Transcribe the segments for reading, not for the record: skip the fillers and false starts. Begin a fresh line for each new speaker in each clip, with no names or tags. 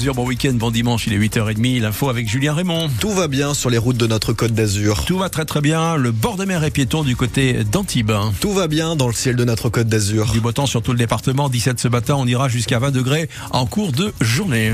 d'Azur, bon week-end, bon dimanche, il est 8h30, l'info avec Julien Raymond.
Tout va bien sur les routes de notre Côte d'Azur.
Tout va très très bien, le bord de mer est piéton du côté d'Antibes.
Tout va bien dans le ciel de notre Côte d'Azur.
Du beau temps sur tout le département, 17 ce matin, on ira jusqu'à 20 degrés en cours de journée.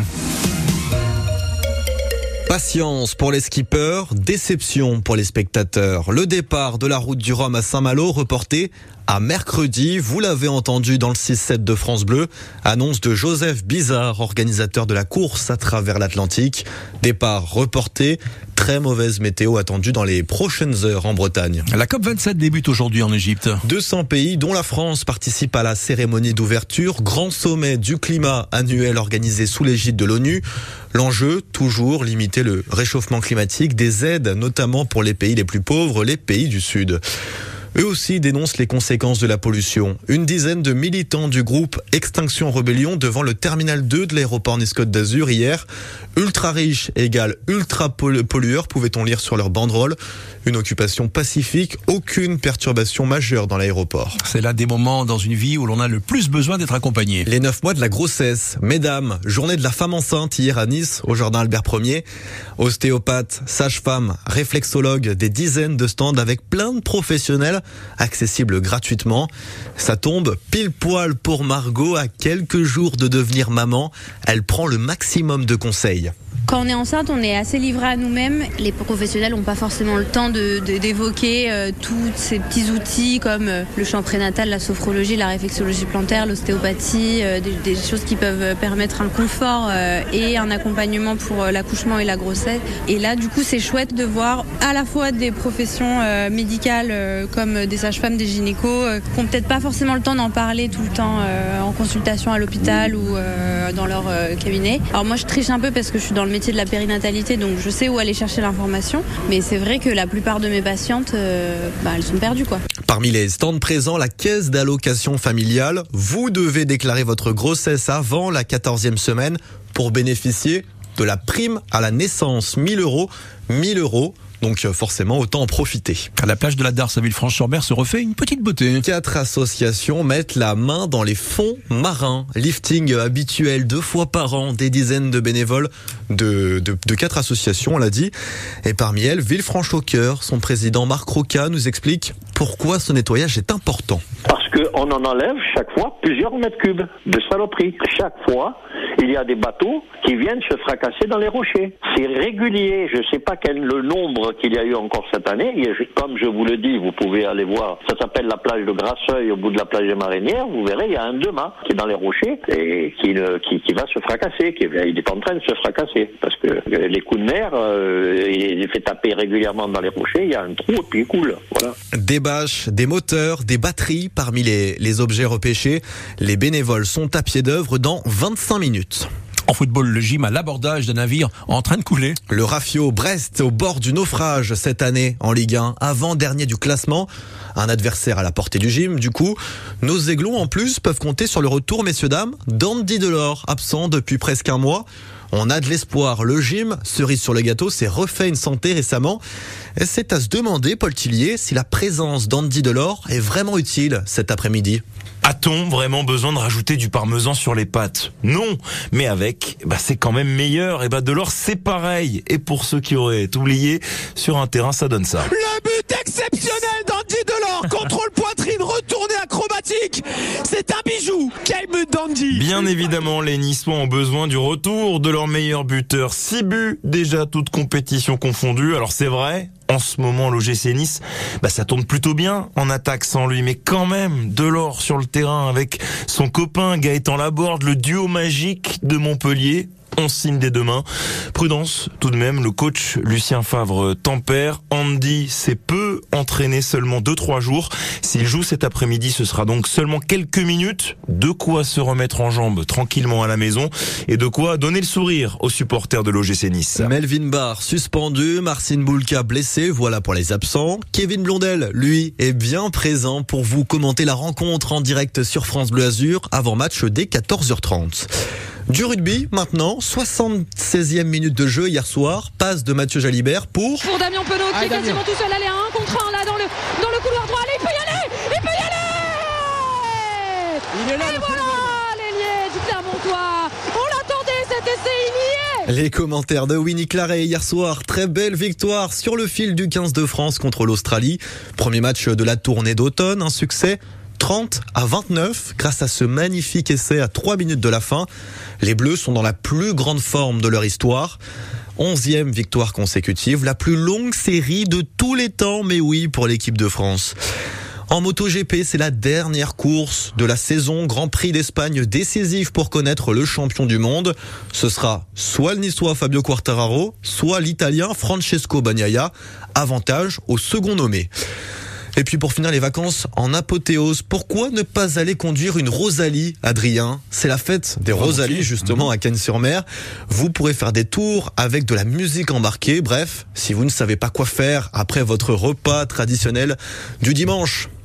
Patience pour les skippers, déception pour les spectateurs. Le départ de la route du Rhum à Saint-Malo reporté à mercredi. Vous l'avez entendu dans le 6-7 de France Bleu. Annonce de Joseph Bizarre, organisateur de la course à travers l'Atlantique. Départ reporté. Très mauvaise météo attendue dans les prochaines heures en Bretagne.
La COP27 débute aujourd'hui en Égypte.
200 pays, dont la France, participent à la cérémonie d'ouverture. Grand sommet du climat annuel organisé sous l'égide de l'ONU. L'enjeu, toujours limiter le réchauffement climatique, des aides notamment pour les pays les plus pauvres, les pays du Sud. Eux aussi dénoncent les conséquences de la pollution. Une dizaine de militants du groupe Extinction Rebellion devant le terminal 2 de l'aéroport Nice-Côte d'Azur hier. Ultra riche égale ultra pollueur, pouvait-on lire sur leur banderole. Une occupation pacifique, aucune perturbation majeure dans l'aéroport.
C'est là des moments dans une vie où l'on a le plus besoin d'être accompagné.
Les 9 mois de la grossesse. Mesdames, journée de la femme enceinte hier à Nice, au jardin Albert Ier. Ostéopathes, sages-femmes, réflexologues, des dizaines de stands avec plein de professionnels accessibles gratuitement. Ça tombe pile poil pour Margot, à quelques jours de devenir maman. Elle prend le maximum de conseils.
Quand on est enceinte, on est assez livré à nous-mêmes. Les professionnels n'ont pas forcément le temps d'évoquer tous ces petits outils comme le chant prénatal, la sophrologie, la réflexologie plantaire, l'ostéopathie, des choses qui peuvent permettre un confort et un accompagnement pour l'accouchement et la grossesse. Et là, du coup, c'est chouette de voir à la fois des professions médicales comme des sages-femmes, des gynécos, qui n'ont peut-être pas forcément le temps d'en parler tout le temps en consultation à l'hôpital ou dans leur cabinet. Alors moi, je triche un peu parce que je suis dans le métier de la périnatalité, donc je sais où aller chercher l'information, mais c'est vrai que la plupart de mes patientes, elles sont perdues, quoi.
Parmi les stands présents, la caisse d'allocation familiale. Vous devez déclarer votre grossesse avant la 14e semaine pour bénéficier de la prime à la naissance. 1 000 €. Donc forcément, autant en profiter.
À la plage de la Darse à Villefranche-sur-Mer se refait une petite beauté.
4 associations mettent la main dans les fonds marins. Lifting habituel 2 fois par an. Des dizaines de bénévoles de 4 associations, on l'a dit. Et parmi elles, Villefranche-au-Cœur. Son président Marc Roca nous explique pourquoi ce nettoyage est important.
Parce qu'on en enlève chaque fois plusieurs mètres cubes de saloperie. Chaque fois, il y a des bateaux qui viennent se fracasser dans les rochers. C'est régulier. Je ne sais pas quel le nombre qu'il y a eu encore cette année. Comme je vous le dis, vous pouvez aller voir. Ça s'appelle la plage de Grasseuil, au bout de la plage des Marinières. Vous verrez, il y a un demain qui est dans les rochers et qui va se fracasser. Il est en train de se fracasser parce que les coups de mer, il est fait taper régulièrement dans les rochers. Il y a un trou et puis il coule. Voilà.
Des bâches, des moteurs, des batteries parmi les objets repêchés. Les bénévoles sont à pied d'œuvre dans 25 minutes.
En football, le gym à l'abordage d'un navire en train de couler.
Le Rafio Brest au bord du naufrage cette année en Ligue 1, avant-dernier du classement. Un adversaire à la portée du gym, du coup. Nos Aiglons, en plus, peuvent compter sur le retour, messieurs, dames, d'Andy Delors, absent depuis presque un mois. On a de l'espoir. Le gym, cerise sur le gâteau, s'est refait une santé récemment. Et c'est à se demander, Paul Tillier, si la présence d'Andy Delors est vraiment utile cet après-midi.
A-t-on vraiment besoin de rajouter du parmesan sur les pâtes ? Non, mais avec, c'est quand même meilleur. Et Delors, c'est pareil. Et pour ceux qui auraient oublié, sur un terrain, ça donne ça.
Le but exceptionnel d'Andy Delors, contrôle poitrine, retourné acrobatique. C'est un bijou. Quel but d'Andy !
Bien évidemment, les Niçois ont besoin du retour de leur meilleur buteur. 6 buts, déjà toutes compétitions confondues. Alors c'est vrai, en ce moment, l'OGC Nice, ça tourne plutôt bien en attaque sans lui. Mais quand même, Delors sur le terrain avec son copain Gaëtan Laborde, le duo magique de Montpellier. On signe dès demain. Prudence, tout de même, le coach Lucien Favre tempère. Andy s'est peu entraîné, seulement 2-3 jours. S'il joue cet après-midi, ce sera donc seulement quelques minutes. De quoi se remettre en jambes tranquillement à la maison et de quoi donner le sourire aux supporters de l'OGC Nice.
Melvin Barr suspendu, Marcin Bulka blessé, voilà pour les absents. Kevin Blondel, lui, est bien présent pour vous commenter la rencontre en direct sur France Bleu Azur, avant match dès 14h30. Du rugby, maintenant, 76e minute de jeu hier soir, passe de Mathieu Jalibert pour
Damien Penaud qui est quasiment tout seul, allez, 1 contre 1 là dans le couloir droit, allez, il peut y aller. Il est là, et voilà l'ailier du Clermontois, on l'attendait cet essai,
Les commentaires de Winnie Claret hier soir. Très belle victoire sur le fil du 15 de France contre l'Australie. Premier match de la tournée d'automne, un succès 30-29 grâce à ce magnifique essai à 3 minutes de la fin. Les Bleus sont dans la plus grande forme de leur histoire. 11e victoire consécutive, la plus longue série de tous les temps, mais oui, pour l'équipe de France. En MotoGP, c'est la dernière course de la saison. Grand Prix d'Espagne décisif pour connaître le champion du monde. Ce sera soit le Niçois Fabio Quartararo, soit l'Italien Francesco Bagnaia. Avantage au second nommé. Et puis pour finir les vacances en apothéose, pourquoi ne pas aller conduire une Rosalie, Adrien ? C'est la fête des Rosalies justement à Cannes-sur-Mer. Vous pourrez faire des tours avec de la musique embarquée. Bref, si vous ne savez pas quoi faire après votre repas traditionnel du dimanche,